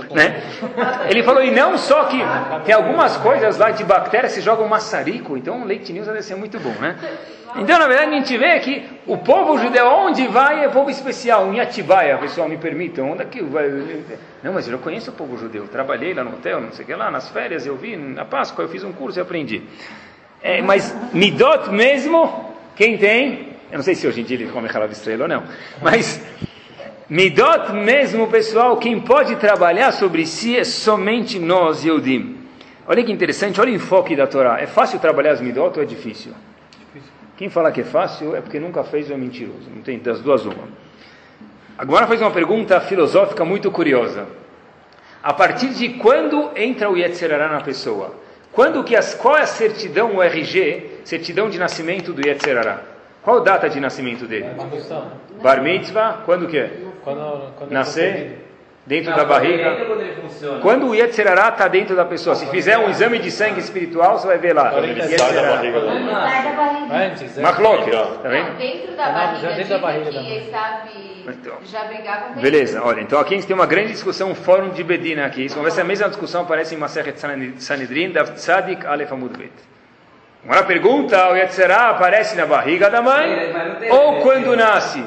Ele falou, e não só que tem algumas coisas lá de bactérias que jogam maçarico, então leite Nilza deve ser muito bom, né? Então, na verdade, a gente vê que o povo judeu, onde vai, é povo especial. Em Atibaia, pessoal, me permitam, onde é que vai? Não, mas eu já conheço o povo judeu. Trabalhei lá no hotel, não sei o que lá, nas férias, eu vi, na Páscoa, eu fiz um curso e aprendi. Mas Midot mesmo, quem tem? Eu não sei se hoje em dia ele come Halav Israel ou não. Mas Midot mesmo, pessoal, quem pode trabalhar sobre si é somente nós, Yehudim. Olha que interessante, olha o enfoque da Torá. É fácil trabalhar as Midot ou é difícil? Quem fala que é fácil é porque nunca fez ou é mentiroso. Não tem das duas uma. Agora faz uma pergunta filosófica muito curiosa. A partir de quando entra o Yetzer Hara na pessoa? Qual é a certidão, o RG, certidão de nascimento do Yetzer Hara? Qual a data de nascimento dele? Bar Mitzvah, quando que é? Quando Nascer dentro da barriga. Quando o Yetzer Hara está dentro da pessoa, se fizer um exame de sangue espiritual, você vai ver lá. Sai da barriga da mãe. Sai da barriga. Macloque, tá vendo? Dentro da barriga, dentro da barriga da que sabe, Então, já brigava dentro. beleza, olha, então aqui a gente tem uma grande discussão, um fórum de Bedina aqui. Vamos ver se a mesma discussão aparece em Masechet Sanedrin, da Tzadik Aleph Amud Bet. Agora a pergunta, o Yetzer Hara aparece na barriga da mãe ou quando nasce?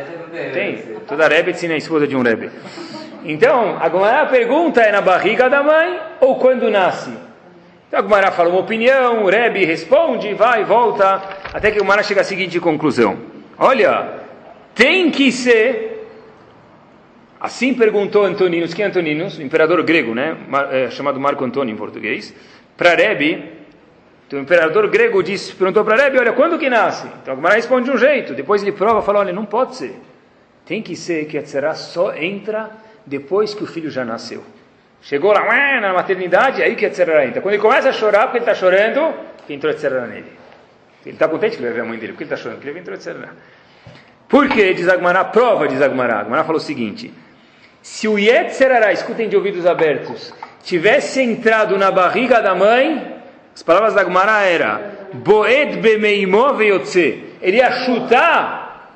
Tem, toda Rebbe ensina a esposa de um Rebbe. Então, a pergunta é na barriga da mãe ou quando nasce? Então a Gemara fala uma opinião, o Rebbe responde, vai e volta, até que a Gemara chega à seguinte conclusão. Olha, tem que ser, assim perguntou Antoninus, quem é Antoninus? O imperador grego, né? Chamado Marco Antônio em português, para Rebbe. Então o imperador grego perguntou para Rebbe, olha, quando que nasce? Então a Gemara responde de um jeito, depois ele prova, fala, olha, não pode ser. Tem que ser que a Tzerá só entra depois que o filho já nasceu. Chegou lá na maternidade, aí que a Tzerá entra. Quando ele começa a chorar, porque ele está chorando, que entrou a Tzerá nele. Ele está contente que ele vai ver a mãe dele, porque ele está chorando, porque ele entrou a Tzerá. Por que, diz a Gemara, prova, diz a Gemara. A Gemara falou o seguinte, se o Yetzer Hara, escutem de ouvidos abertos, tivesse entrado na barriga da mãe, as palavras da Gemara eram Boed bemeimo veyotze. Ele ia chutar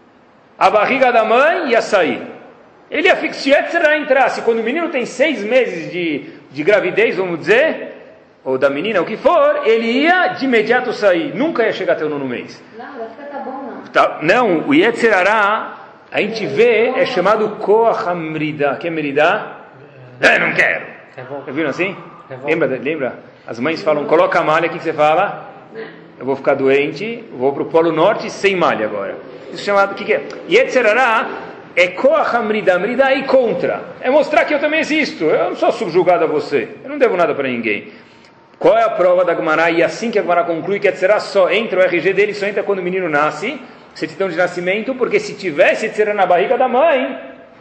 a barriga da mãe e ia sair. Ele ia fixar, se Yetzer Hara entrasse, quando o menino tem 6 meses de gravidez, vamos dizer, ou da menina, o que for, ele ia de imediato sair. Nunca ia chegar até o 9º mês. Não, vai ficar tá bom, não. Não, o Yetzer Hara, a gente vê, é chamado Koach HaMerida. Que é Merida? Não quero. Já viram assim? Lembra? As mães falam, coloca a malha, o que você fala? Eu vou ficar doente, vou para o Polo Norte sem malha agora. Isso é chamado, o que é? Yetzer Hara é Koach HaMerida, Merida e contra. É mostrar que eu também existo, eu não sou subjugado a você, eu não devo nada para ninguém. Qual é a prova da Gemara? E assim que a Gemara conclui que Yetzer Hara só entra, o RG dele só entra quando o menino nasce, certidão de nascimento, porque se tivesse Yetzer Hara na barriga da mãe,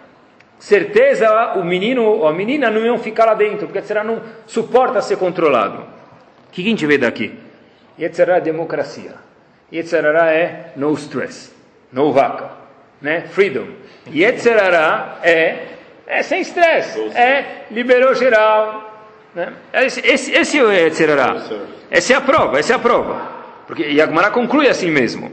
certeza o menino ou a menina não iam ficar lá dentro, porque Yetzer Hara não suporta ser controlado. O que a gente vê daqui? Yetzer Hara é democracia. Yetzer Hara é no stress, no vaca, né? Freedom. Yetzer Hara é sem estresse, liberou geral. Né? Esse é o Yetzer Hara. Essa é a prova. Porque, e a Gemara conclui assim mesmo.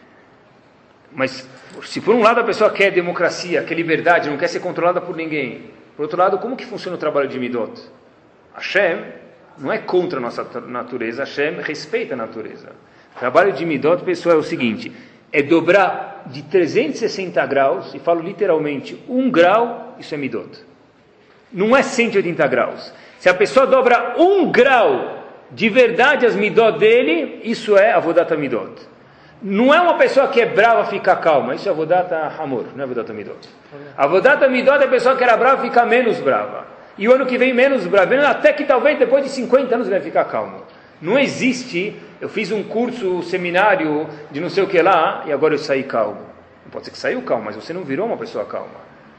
Mas, se por um lado a pessoa quer democracia, quer liberdade, não quer ser controlada por ninguém, por outro lado, como que funciona o trabalho de Midot? Hashem não é contra a nossa natureza, Hashem respeita a natureza. O trabalho de Midot, pessoal, é o seguinte, é dobrar de 360 graus, e falo literalmente, 1 grau, isso é Midot. Não é 180 graus. Se a pessoa dobra 1 grau de verdade as Midot dele, isso é Avodat Midot. Não é uma pessoa que é brava ficar calma, isso é Avodat Hamor, não é Avodat Midot. Avodat Midot é a pessoa que era brava ficar menos brava. E o ano que vem menos brava, até que talvez depois de 50 anos vai ficar calmo. Não existe, eu fiz um curso, seminário de não sei o que lá, e agora eu saí calmo. Não pode ser que saiu calmo, mas você não virou uma pessoa calma.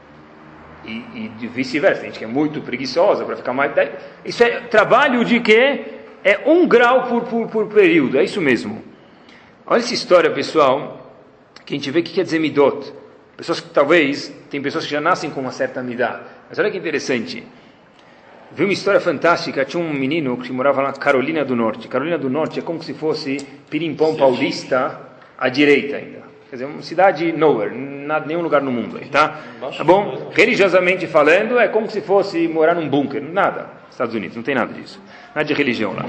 E vice-versa, tem gente que é muito preguiçosa para ficar mais... Isso é trabalho de quê? É 1 grau por período, é isso mesmo. Olha essa história, pessoal, que a gente vê o que quer dizer Midot. Pessoas que talvez, tem pessoas que já nascem com uma certa midá. Mas olha que interessante. Vi uma história fantástica, tinha um menino que morava na Carolina do Norte. Carolina do Norte é como se fosse Pirimpão Paulista à direita ainda. Quer dizer, uma cidade nowhere, nenhum lugar no mundo aí, tá? Tá bom? Religiosamente falando, é como se fosse morar num bunker, nada. Estados Unidos, não tem nada disso. Nada de religião lá.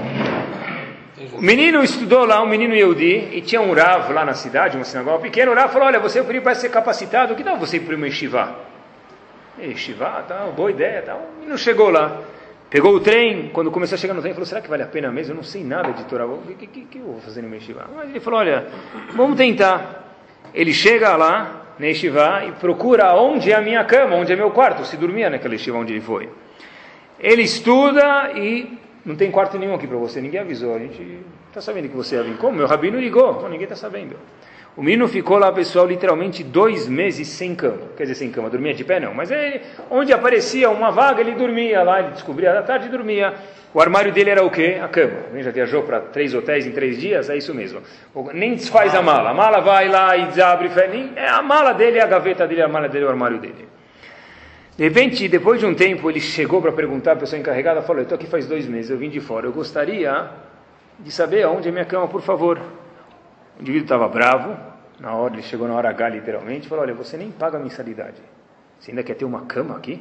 O menino estudou lá, um menino Yehudi, e tinha um Rav lá na cidade, uma sinagoga pequena. O Rav falou, olha, você para ser capacitado, o que dá você ir para uma yeshiva? Yeshiva, tá, boa ideia, tá. O menino chegou lá, pegou o trem, quando começou a chegar no trem, falou, será que vale a pena mesmo? Eu não sei nada de Torá, o que eu vou fazer numa yeshiva? Mas ele falou, olha, vamos tentar. Ele chega lá, na yeshiva, e procura onde é a minha cama, onde é meu quarto, se dormia naquela yeshiva onde ele foi. Ele estuda e não tem quarto nenhum aqui para você, ninguém avisou, a gente está sabendo que você ia vir. Como? Meu rabino ligou, então ninguém está sabendo. O menino ficou lá, pessoal, literalmente 2 meses sem cama. Quer dizer, sem cama, dormia de pé não. Mas ele, onde aparecia uma vaga, ele dormia lá, ele descobria da tarde e dormia. O armário dele era o quê? A cama. Ele já viajou para 3 hotéis em 3 dias, é isso mesmo. Nem desfaz a mala vai lá e desabre, a mala dele, a gaveta dele, a mala dele, o armário dele. De repente, depois de um tempo, ele chegou para perguntar, a pessoa encarregada falou, eu estou aqui faz 2 meses, eu vim de fora, eu gostaria de saber aonde é minha cama, por favor. O indivíduo estava bravo, na hora, ele chegou na hora H literalmente, falou, olha, você nem paga a mensalidade, você ainda quer ter uma cama aqui?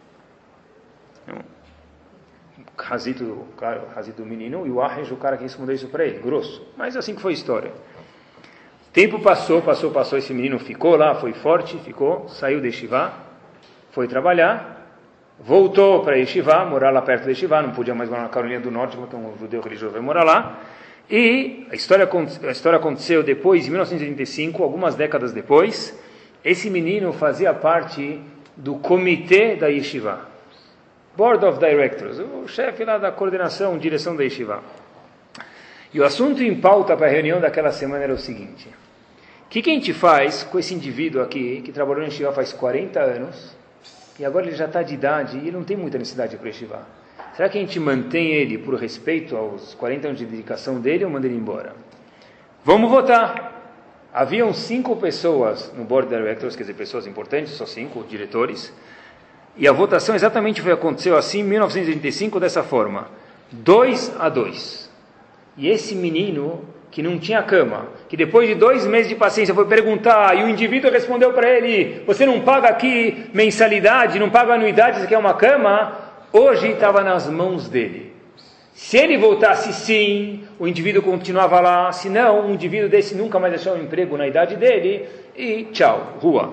O razito do menino, e o Arej, o cara que respondeu isso para ele, grosso, mas assim que foi a história. Tempo passou, esse menino ficou lá, foi forte, saiu de Yeshiva, foi trabalhar, voltou para Yeshiva, morar lá perto de Yeshiva, não podia mais morar na Carolina do Norte, porque um judeu religioso vai morar lá. E a história aconteceu depois, em 1935, algumas décadas depois. Esse menino fazia parte do comitê da Yeshiva, Board of Directors, o chefe lá da coordenação, direção da Yeshiva. E o assunto em pauta para a reunião daquela semana era o seguinte: o que a gente faz com esse indivíduo aqui, que trabalhou na Yeshiva faz 40 anos, e agora ele já está de idade, e ele não tem muita necessidade para Yeshiva? Será que a gente mantém ele por respeito aos 40 anos de dedicação dele, ou manda ele embora? Vamos votar. Haviam 5 pessoas no Board of Directors, quer dizer, pessoas importantes, só 5 diretores, e a votação exatamente aconteceu assim em 1985, dessa forma, 2-2. E esse menino, que não tinha cama, que depois de 2 meses de paciência foi perguntar, e o indivíduo respondeu para ele, você não paga aqui mensalidade, não paga anuidade, você quer uma cama? Hoje estava nas mãos dele. Se ele voltasse sim, o indivíduo continuava lá, se não, um indivíduo desse nunca mais achou um emprego na idade dele, e tchau, rua.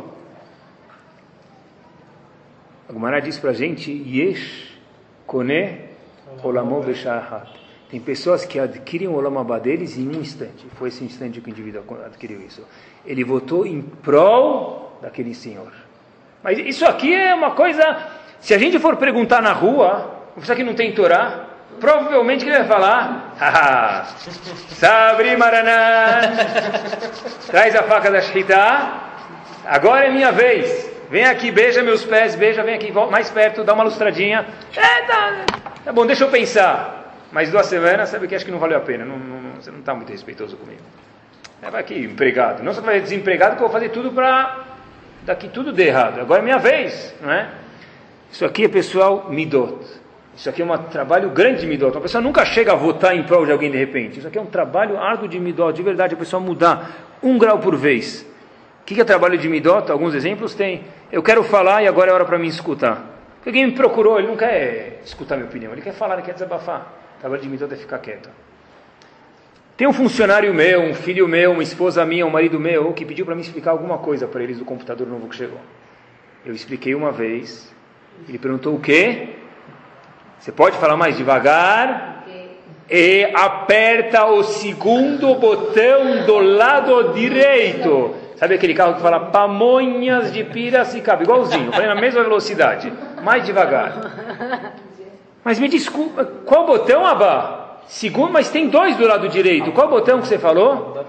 A Gemara diz para a gente, Yesh kone olamo b'sha'at. Tem pessoas que adquirem o Olam Abá deles em um instante. Foi esse instante que o indivíduo adquiriu isso. Ele votou em prol daquele senhor. Mas isso aqui é uma coisa... Se a gente for perguntar na rua, isso aqui não tem Torá, provavelmente ele vai falar, haha, Sabri Maraná, traz a faca da Shkita, agora é minha vez, vem aqui, beija meus pés, beija, vem aqui, mais perto, dá uma lustradinha, tá bom, deixa eu pensar, mais 2 semanas, sabe que acho que não valeu a pena, você não está muito respeitoso comigo. Vai aqui, empregado, não só vai desempregado, que eu vou fazer tudo para daqui tudo dê errado, agora é minha vez, não é? Isso aqui é, pessoal, midot. Isso aqui é um trabalho grande de midot. Uma pessoa nunca chega a votar em prol de alguém de repente. Isso aqui é um trabalho árduo de midot. De verdade, a pessoa mudar 1 grau por vez. O que é trabalho de midot? Alguns exemplos tem. Eu quero falar e agora é hora para mim escutar. Porque alguém me procurou, ele não quer escutar minha opinião. Ele quer falar, ele quer desabafar. O trabalho de midot é ficar quieto. Tem um funcionário meu, um filho meu, uma esposa minha, um marido meu, que pediu para mim explicar alguma coisa para eles do computador novo que chegou. Eu expliquei uma vez... Ele perguntou o quê? Você pode falar mais devagar? E aperta o segundo botão do lado direito. Sabe aquele carro que fala Pamonhas de Piracicaba? Igualzinho, eu falei na mesma velocidade. Mais devagar. Mas me desculpa, qual botão, Abba? Segundo, mas tem 2 do lado direito. Qual botão que você falou?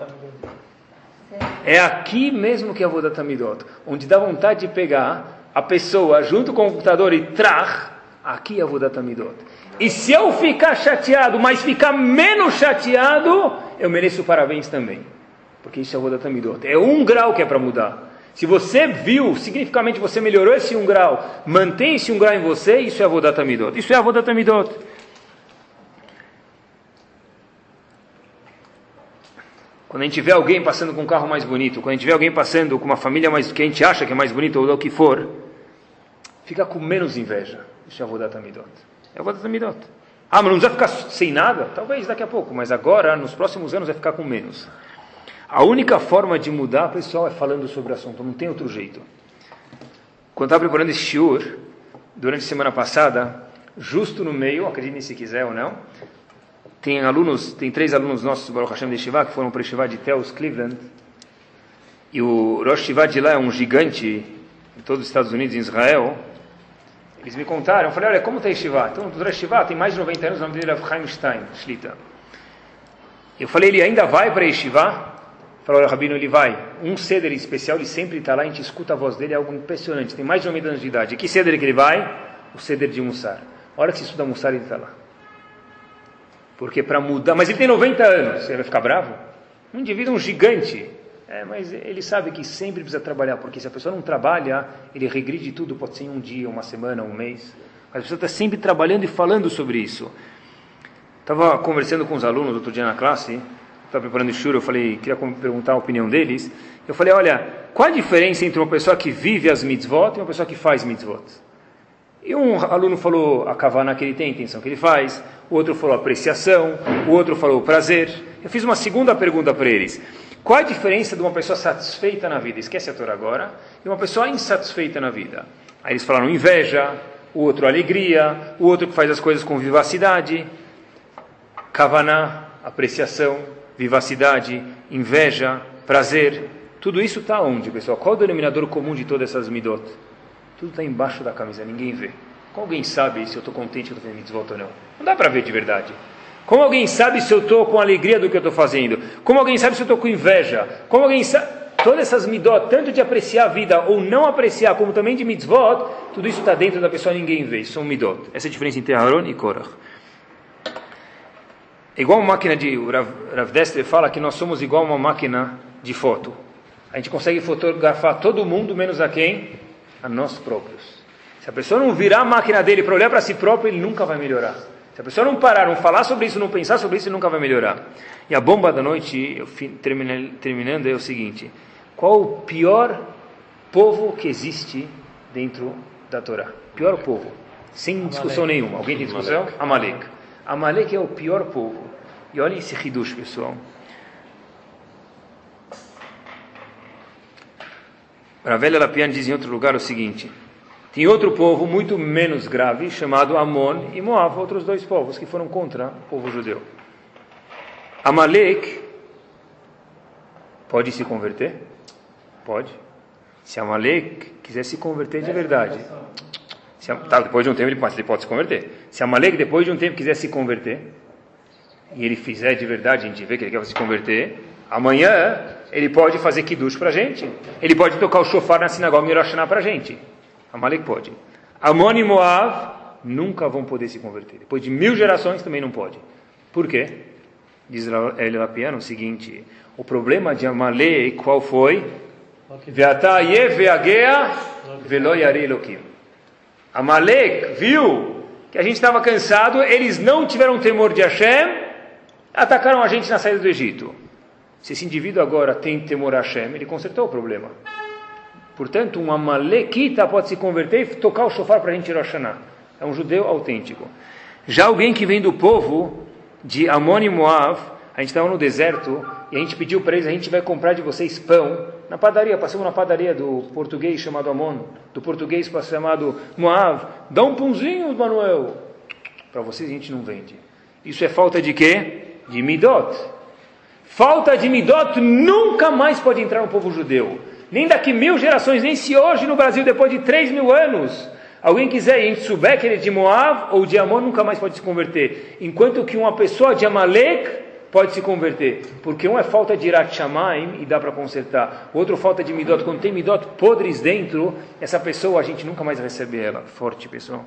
É aqui mesmo que é a Avodat Hamidot, onde dá vontade de pegar a pessoa junto com o computador e aqui é a Avodat Hamidot. E se eu ficar chateado, mas ficar menos chateado, eu mereço parabéns também. Porque isso é a Avodat Hamidot. É 1 grau que é para mudar. Se você viu, significativamente você melhorou esse 1 grau, mantém esse 1 grau em você, isso é a Avodat Hamidot. Isso é a Avodat Hamidot. Quando a gente vê alguém passando com um carro mais bonito, quando a gente vê alguém passando com uma família mais, que a gente acha que é mais bonita, ou o que for, fica com menos inveja. Isso é Avodat Hamidot. É Avodat Hamidot. Mas não vai ficar sem nada? Talvez daqui a pouco, mas agora, nos próximos anos, vai ficar com menos. A única forma de mudar, pessoal, é falando sobre o assunto, não tem outro jeito. Quando estava preparando esse shiur, durante a semana passada, justo no meio, acreditem se quiser ou não, tem 3 alunos nossos do Baruch Hashem de Yeshiva, que foram para o Yeshiva de Telus, Cleveland, e o Rosh Yeshiva de lá é um gigante em todos os Estados Unidos, em Israel. Eles me contaram, eu falei, olha, como está Yeshiva? Então, o Rosh Yeshiva tem mais de 90 anos, o nome dele é Chaim Stein, Shlita. Eu falei, ele ainda vai para Yeshiva? Falou, olha, Rabino, ele vai. Um ceder especial, ele sempre está lá, a gente escuta a voz dele, é algo impressionante. Tem mais de 90 anos de idade. E que ceder que ele vai? O ceder de Mussar. A hora que se estuda Mussar, ele está lá. Porque para mudar... Mas ele tem 90 anos, você vai ficar bravo? Um indivíduo, um gigante. Mas ele sabe que sempre precisa trabalhar, porque se a pessoa não trabalha, ele regride tudo, pode ser em um dia, uma semana, um mês. Mas a pessoa está sempre trabalhando e falando sobre isso. Estava conversando com os alunos outro dia na classe, estava preparando o shur, eu falei, queria perguntar a opinião deles. Eu falei, olha, qual a diferença entre uma pessoa que vive as mitzvot e uma pessoa que faz mitzvot? E um aluno falou a kavaná que ele tem, a intenção que ele faz, o outro falou apreciação, o outro falou prazer. Eu fiz uma segunda pergunta para eles. Qual a diferença de uma pessoa satisfeita na vida, esquece a Torá agora, e uma pessoa insatisfeita na vida? Aí eles falaram inveja, o outro alegria, o outro que faz as coisas com vivacidade. Kavaná, apreciação, vivacidade, inveja, prazer. Tudo isso está onde, pessoal? Qual o denominador comum de todas essas midot? Tudo está embaixo da camisa, ninguém vê. Como alguém sabe se eu estou contente que eu estou fazendo mitzvot ou não? Não dá para ver de verdade. Como alguém sabe se eu estou com alegria do que eu estou fazendo? Como alguém sabe se eu estou com inveja? Como alguém sabe... Todas essas midot, tanto de apreciar a vida ou não apreciar, como também de mitzvot, tudo isso está dentro da pessoa e ninguém vê. Isso são midot. Essa é a diferença entre Aaron e Korach. Igual uma máquina de... O Rav Dessler fala que nós somos igual uma máquina de foto. A gente consegue fotografar todo mundo, menos a quem? A nós próprios. Se a pessoa não virar a máquina dele para olhar para si próprio, ele nunca vai melhorar. Se a pessoa não parar, não falar sobre isso, não pensar sobre isso, ele nunca vai melhorar. E a bomba da noite, terminando, é o seguinte. Qual o pior povo que existe dentro da Torá? Pior povo. Sem discussão nenhuma. Alguém tem discussão? Amalek. Amalek é o pior povo. E olhem esse hidush, pessoal. Ravel Lapian diz em outro lugar o seguinte. Tem outro povo muito menos grave, chamado Amon e Moab, outros dois povos que foram contra o povo judeu. Amalek pode se converter? Pode. Se Amalek quiser se converter de verdade. Depois de um tempo ele pode se converter. Se Amalek depois de um tempo quiser se converter, e ele fizer de verdade, a gente vê que ele quer se converter, amanhã ele pode fazer kiddush para a gente. Ele pode tocar o shofar na sinagoga e Rosh Hashanah para a gente. Amalek pode. Amon e Moab nunca vão poder se converter. Depois de 1000 gerações também não pode. Por quê? Diz El Lapiano o seguinte, o problema de Amalek qual foi? Amalek viu que a gente estava cansado, eles não tiveram temor de Hashem, atacaram a gente na saída do Egito. Se esse indivíduo agora tem temor a Hashem, ele consertou o problema. Portanto, um Amalekita pode se converter e tocar o shofar para a gente ir ao Rosh Hashanah. É um judeu autêntico. Já alguém que vem do povo de Amon e Moab, a gente estava no deserto e a gente pediu para eles, a gente vai comprar de vocês pão na padaria. Passamos na padaria do português chamado Amon, do português chamado Moab. Dá um pãozinho, Manuel. Para vocês a gente não vende. Isso é falta de quê? De midot. Falta de midot nunca mais pode entrar no povo judeu. Nem daqui 1000 gerações, nem se hoje no Brasil, depois de 3000 anos, alguém quiser, e a gente souber que ele é de Moab ou de Amon, nunca mais pode se converter. Enquanto que uma pessoa de Amalek pode se converter. Porque um é falta de Irat Shamayim e dá para consertar. O outro falta de Midot. Quando tem Midot podres dentro, essa pessoa a gente nunca mais recebe ela. Forte, pessoal.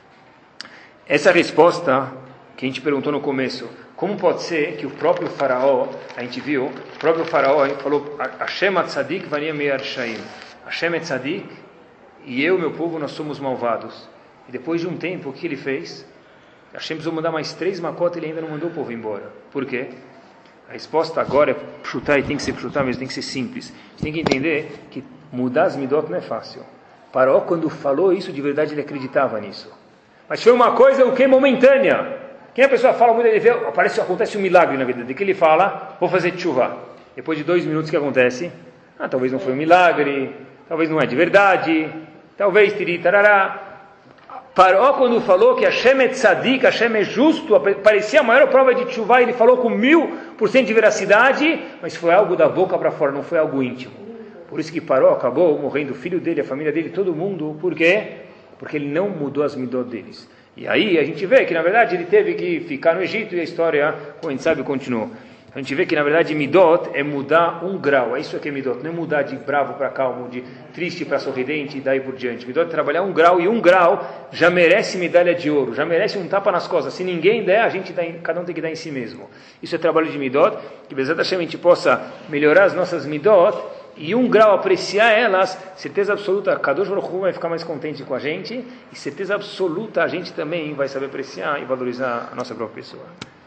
Essa resposta que a gente perguntou no começo, como pode ser que o próprio faraó, a gente viu, o próprio faraó falou, Hashem Tzadik vanim me'ar shaim. Hashem é Tzadik e eu, meu povo, nós somos malvados. E depois de um tempo, o que ele fez? Hashem precisou mandar mais 3 macotas e ele ainda não mandou o povo embora. Por quê? A resposta agora é chutar, e tem que ser chutar mesmo, tem que ser simples. A gente tem que entender que mudar as midot não é fácil. Faraó, quando falou isso, de verdade ele acreditava nisso. Mas foi uma coisa, o que? Momentânea. Quem a pessoa fala muito, ele vê, acontece um milagre na vida dele, que ele fala, vou fazer tshuva. Depois de 2 minutos, o que acontece? Talvez não foi um milagre, talvez não é de verdade, talvez tiri tarará. Paró, quando falou que Hashem é tzadik, Hashem é justo, parecia a maior prova de tshuva, ele falou com 1000% de veracidade, mas foi algo da boca para fora, não foi algo íntimo. Por isso que Paró acabou morrendo o filho dele, a família dele, todo mundo. Por quê? Porque ele não mudou as midot deles. E aí a gente vê que, na verdade, ele teve que ficar no Egito e a história, como a gente sabe, continuou. A gente vê que, na verdade, Midot é mudar um grau. É isso que é Midot. Não é mudar de bravo para calmo, de triste para sorridente e daí por diante. Midot é trabalhar um grau, e um grau já merece medalha de ouro, já merece um tapa nas costas. Se ninguém der, cada um tem que dar em si mesmo. Isso é trabalho de Midot, que Bezat Hashem a gente possa melhorar as nossas Midot, e um grau apreciar elas, certeza absoluta, Kadosh Baruch Hu vai ficar mais contente com a gente, e certeza absoluta a gente também vai saber apreciar e valorizar a nossa própria pessoa.